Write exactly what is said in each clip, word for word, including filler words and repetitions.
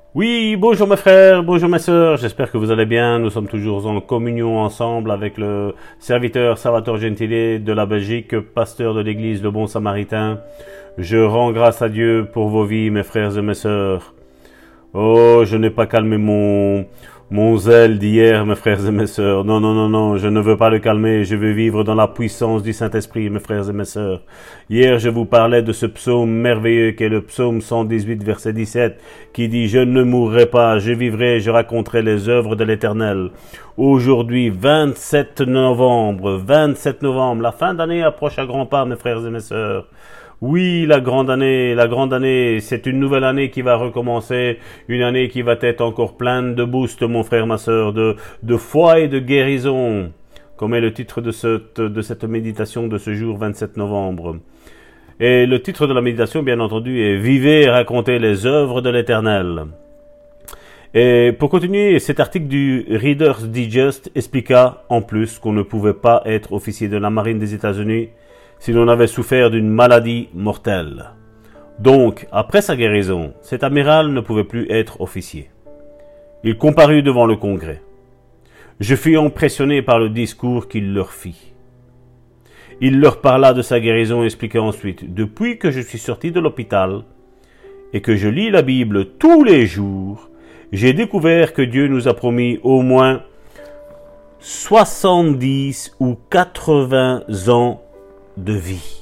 Oui, bonjour mes frères, bonjour mes sœurs, j'espère que vous allez bien. Nous sommes toujours en communion ensemble avec le serviteur Salvatore Gentile de la Belgique, pasteur de l'église Le Bon Samaritain. Je rends grâce à Dieu pour vos vies, mes frères et mes sœurs. Oh, je n'ai pas calmé mon, mon zèle d'hier, mes frères et mes sœurs. Non, non, non, non, je ne veux pas le calmer. Je veux vivre dans la puissance du Saint-Esprit, mes frères et mes sœurs. Hier, je vous parlais de ce psaume merveilleux qui est le psaume cent dix-huit, verset dix-sept, qui dit « Je ne mourrai pas, je vivrai, je raconterai les œuvres de l'Éternel. » Aujourd'hui, vingt-sept novembre, vingt-sept novembre, la fin d'année approche à grands pas, mes frères et mes sœurs. Oui, la grande année, la grande année, c'est une nouvelle année qui va recommencer, une année qui va être encore pleine de boost, mon frère, ma sœur, de, de foi et de guérison, comme est le titre de cette, de cette méditation de ce jour vingt-sept novembre. Et le titre de la méditation, bien entendu, est « Vivez et racontez les œuvres de l'Éternel ». Et pour continuer, cet article du Reader's Digest expliqua en plus qu'on ne pouvait pas être officier de la marine des États-Unis si l'on avait souffert d'une maladie mortelle. Donc, après sa guérison, cet amiral ne pouvait plus être officier. Il comparut devant le Congrès. Je fus impressionné par le discours qu'il leur fit. Il leur parla de sa guérison et expliqua ensuite « Depuis que je suis sorti de l'hôpital et que je lis la Bible tous les jours, j'ai découvert que Dieu nous a promis au moins soixante-dix ou quatre-vingts ans de vie.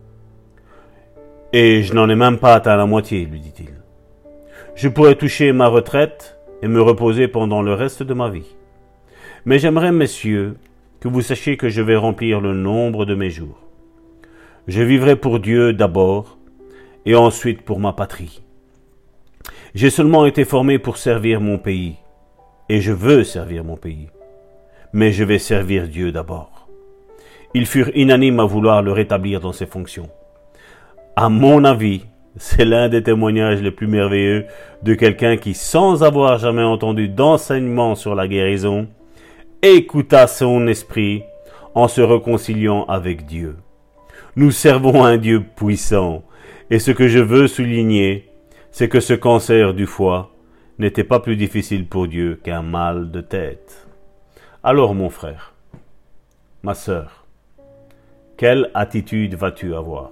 Et je n'en ai même pas atteint la moitié, lui dit-il. Je pourrais toucher ma retraite et me reposer pendant le reste de ma vie. Mais j'aimerais, messieurs, que vous sachiez que je vais remplir le nombre de mes jours. Je vivrai pour Dieu d'abord et ensuite pour ma patrie. J'ai seulement été formé pour servir mon pays et je veux servir mon pays. Mais je vais servir Dieu d'abord. Ils furent unanimes à vouloir le rétablir dans ses fonctions. À mon avis, c'est l'un des témoignages les plus merveilleux de quelqu'un qui, sans avoir jamais entendu d'enseignement sur la guérison, écouta son esprit en se réconciliant avec Dieu. Nous servons un Dieu puissant, et ce que je veux souligner, c'est que ce cancer du foie n'était pas plus difficile pour Dieu qu'un mal de tête. Alors mon frère, ma sœur, quelle attitude vas-tu avoir?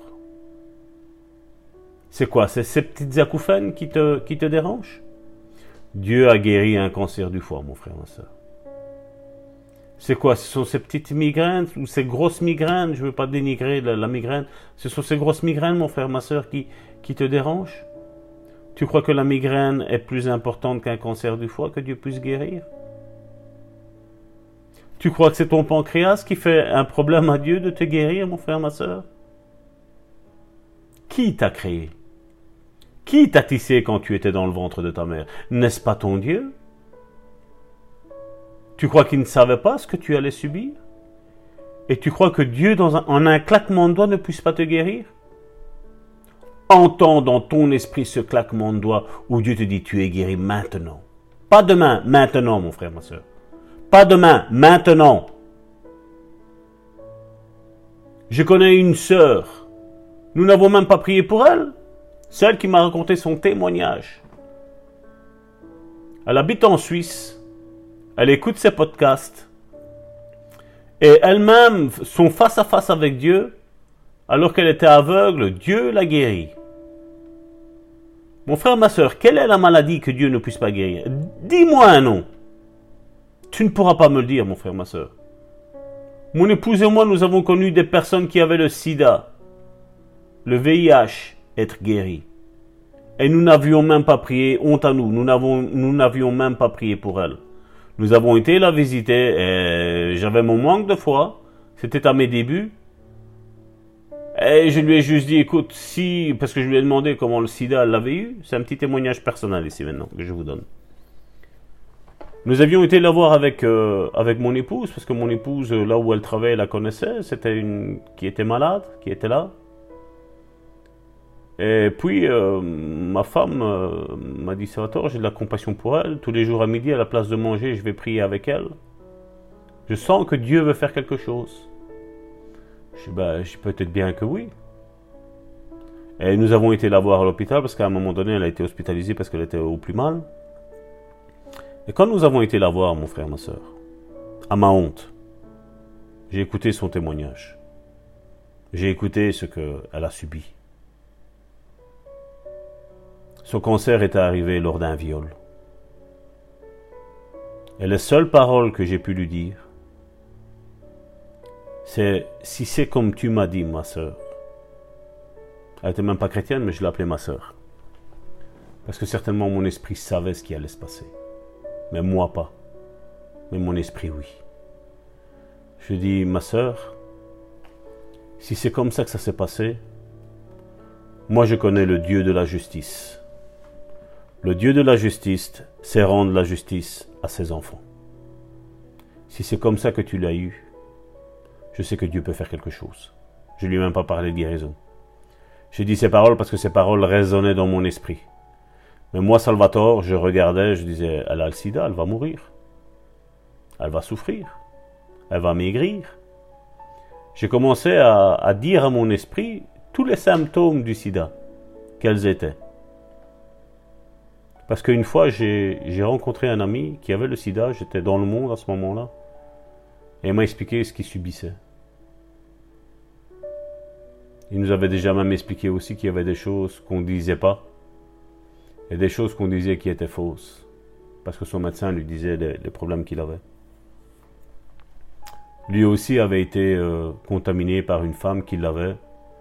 C'est quoi? C'est ces petites acouphènes qui te, qui te dérangent? Dieu a guéri un cancer du foie, mon frère, ma soeur. C'est quoi? Ce sont ces petites migraines ou ces grosses migraines? Je ne veux pas dénigrer la, la migraine. Ce sont ces grosses migraines, mon frère, ma soeur, qui, qui te dérangent? Tu crois que la migraine est plus importante qu'un cancer du foie, que Dieu puisse guérir? Tu crois que c'est ton pancréas qui fait un problème à Dieu de te guérir, mon frère, ma soeur? Qui t'a créé? Qui t'a tissé quand tu étais dans le ventre de ta mère? N'est-ce pas ton Dieu? Tu crois qu'il ne savait pas ce que tu allais subir? Et tu crois que Dieu, dans un, en un claquement de doigts, ne puisse pas te guérir? Entends dans ton esprit ce claquement de doigts où Dieu te dit « Tu es guéri maintenant ». Pas demain, maintenant, mon frère, ma soeur. Pas demain, maintenant. Je connais une sœur. Nous n'avons même pas prié pour elle. Celle qui m'a raconté son témoignage. Elle habite en Suisse. Elle écoute ses podcasts. Et elle-même, son face à face avec Dieu, alors qu'elle était aveugle, Dieu l'a guérie. Mon frère, ma sœur, quelle est la maladie que Dieu ne puisse pas guérir? Dis-moi un nom. Tu ne pourras pas me le dire, mon frère, ma sœur. Mon épouse et moi, nous avons connu des personnes qui avaient le sida, le V I H, être guéris. Et nous n'avions même pas prié, honte à nous, nous n'avons, nous n'avions même pas prié pour elle. Nous avons été la visiter et j'avais mon manque de foi. C'était à mes débuts. Et je lui ai juste dit, écoute, si, parce que je lui ai demandé comment le sida l'avait eu, c'est un petit témoignage personnel ici maintenant que je vous donne. Nous avions été la voir avec, euh, avec mon épouse, parce que mon épouse, là où elle travaillait, la connaissait. C'était une qui était malade, qui était là. Et puis, euh, ma femme euh, m'a dit, Salvatore, j'ai de la compassion pour elle. Tous les jours à midi, à la place de manger, je vais prier avec elle. Je sens que Dieu veut faire quelque chose. Je dis, ben, je dis peut-être bien que oui. Et nous avons été la voir à l'hôpital, parce qu'à un moment donné, elle a été hospitalisée parce qu'elle était au plus mal. Et quand nous avons été la voir, mon frère, ma soeur, à ma honte, j'ai écouté son témoignage. J'ai écouté ce qu'elle a subi. Son cancer est arrivé lors d'un viol. Et les seules paroles que j'ai pu lui dire, c'est « si c'est comme tu m'as dit, ma soeur ». Elle n'était même pas chrétienne, mais je l'appelais ma soeur. Parce que certainement mon esprit savait ce qui allait se passer. Mais moi pas. Mais mon esprit oui. Je dis, ma soeur, si c'est comme ça que ça s'est passé, moi je connais le Dieu de la justice. Le Dieu de la justice, c'est rendre la justice à ses enfants. Si c'est comme ça que tu l'as eu, je sais que Dieu peut faire quelque chose. Je ne lui ai même pas parlé de guérison. J'ai dit ces paroles parce que ces paroles résonnaient dans mon esprit. Mais moi, Salvatore, je regardais, je disais, elle a le sida, elle va mourir. Elle va souffrir. Elle va maigrir. J'ai commencé à, à dire à mon esprit tous les symptômes du sida, quels étaient. Parce qu'une fois, j'ai, j'ai rencontré un ami qui avait le sida, j'étais dans le monde à ce moment-là, et il m'a expliqué ce qu'il subissait. Il nous avait déjà même expliqué aussi qu'il y avait des choses qu'on ne disait pas, et des choses qu'on disait qui étaient fausses, parce que son médecin lui disait les, les problèmes qu'il avait. Lui aussi avait été euh, contaminé par une femme qui l'avait.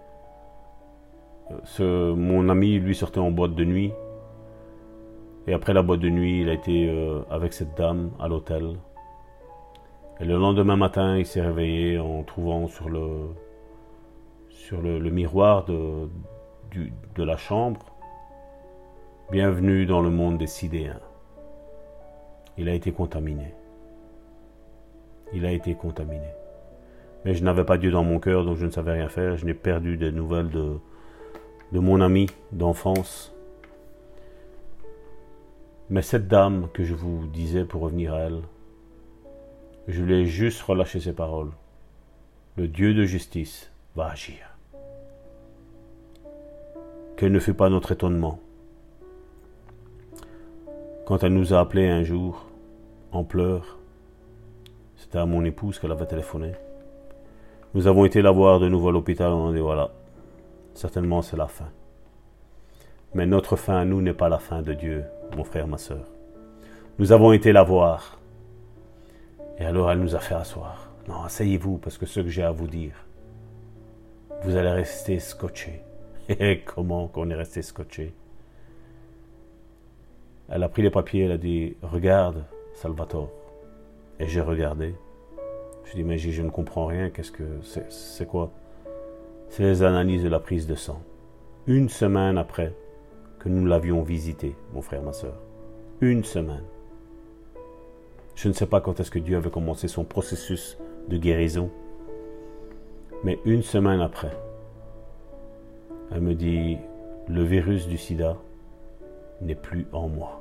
Ce, mon ami, lui, sortait en boîte de nuit. Et après la boîte de nuit, il a été euh, avec cette dame à l'hôtel. Et le lendemain matin, il s'est réveillé en trouvant sur le, sur le, le miroir de, du, de la chambre « Bienvenue dans le monde des sidéens ». Il a été contaminé. Il a été contaminé. Mais je n'avais pas Dieu dans mon cœur, donc je ne savais rien faire. Je n'ai perdu des nouvelles de, de mon ami d'enfance. Mais cette dame que je vous disais pour revenir à elle, je lui ai juste relâché ces paroles. Le Dieu de justice va agir. Quel ne fut pas notre étonnement quand elle nous a appelés un jour, en pleurs. C'était à mon épouse qu'elle avait téléphoné. Nous avons été la voir de nouveau à l'hôpital, on a dit voilà, certainement c'est la fin. Mais notre fin à nous n'est pas la fin de Dieu, mon frère, ma soeur. Nous avons été la voir. Et alors elle nous a fait asseoir. Non, asseyez-vous parce que ce que j'ai à vous dire, vous allez rester scotché. Et comment qu'on est resté scotché? Elle a pris les papiers, elle a dit regarde, Salvatore. Et j'ai regardé. Je dis mais je ne comprends rien, qu'est-ce que c'est, c'est quoi? C'est les analyses de la prise de sang. Une semaine après que nous l'avions visité, mon frère, ma soeur. Une semaine. Je ne sais pas quand est-ce que Dieu avait commencé son processus de guérison. Mais une semaine après, elle me dit, le virus du sida n'est plus en moi.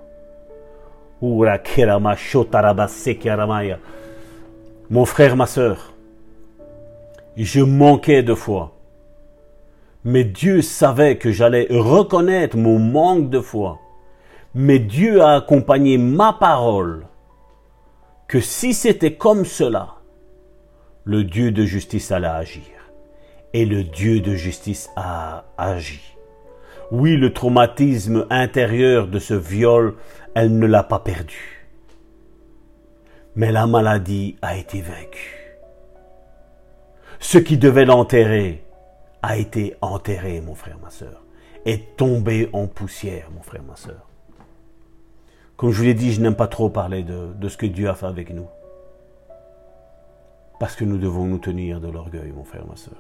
Mon frère, ma soeur, je manquais de foi. Mais Dieu savait que j'allais reconnaître mon manque de foi. Mais Dieu a accompagné ma parole que si c'était comme cela, le Dieu de justice allait agir. Et le Dieu de justice a agi. Oui, le traumatisme intérieur de ce viol, elle ne l'a pas perdu. Mais la maladie a été vaincue. Ce qui devait l'enterrer a été enterré, mon frère, ma soeur, est tombé en poussière, mon frère, ma soeur. Comme je vous l'ai dit, je n'aime pas trop parler de, de ce que Dieu a fait avec nous. Parce que nous devons nous tenir de l'orgueil, mon frère, ma soeur.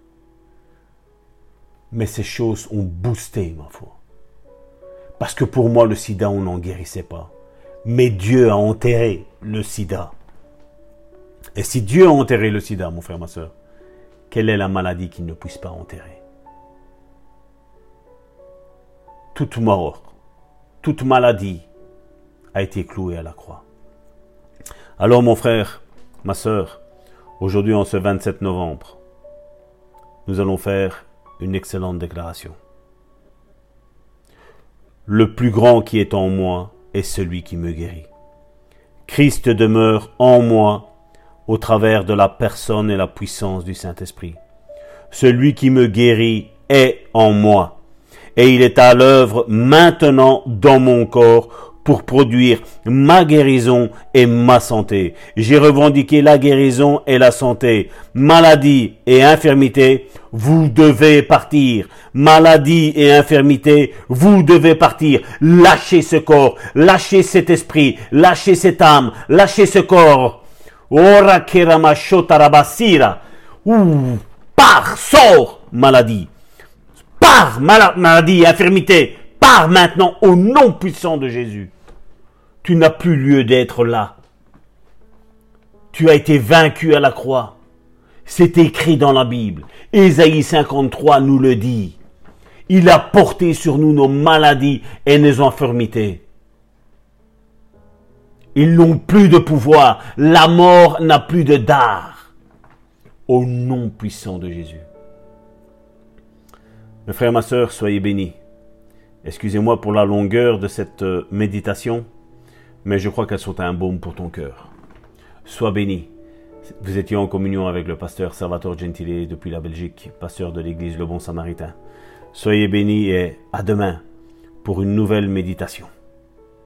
Mais ces choses ont boosté ma foi. Parce que pour moi, le sida, on n'en guérissait pas. Mais Dieu a enterré le sida. Et si Dieu a enterré le sida, mon frère, ma soeur, quelle est la maladie qu'il ne puisse pas enterrer? Toute mort, toute maladie a été clouée à la croix. Alors mon frère, ma soeur, aujourd'hui en ce vingt-sept novembre, nous allons faire une excellente déclaration. Le plus grand qui est en moi est celui qui me guérit. Christ demeure en moi au travers de la personne et la puissance du Saint-Esprit. Celui qui me guérit est en moi et il est à l'œuvre maintenant dans mon corps pour produire ma guérison et ma santé. J'ai revendiqué la guérison et la santé. Maladie et infirmité, vous devez partir. Maladie et infirmité, vous devez partir. Lâchez ce corps, lâchez cet esprit, lâchez cette âme, lâchez ce corps. Ora keramashotarabasira. Ouh, pars, sors, maladie. Pars, maladie, infirmité. Pars maintenant au nom puissant de Jésus. Tu n'as plus lieu d'être là. Tu as été vaincu à la croix. C'est écrit dans la Bible. Ésaïe cinquante-trois nous le dit. Il a porté sur nous nos maladies et nos infirmités. Ils n'ont plus de pouvoir. La mort n'a plus de dard. Au nom puissant de Jésus. Mes frères, ma sœur, soyez bénis. Excusez-moi pour la longueur de cette méditation, mais je crois qu'elles sont un baume pour ton cœur. Sois béni. Vous étiez en communion avec le pasteur Salvatore Gentile depuis la Belgique, pasteur de l'église Le Bon Samaritain. Soyez bénis et à demain pour une nouvelle méditation.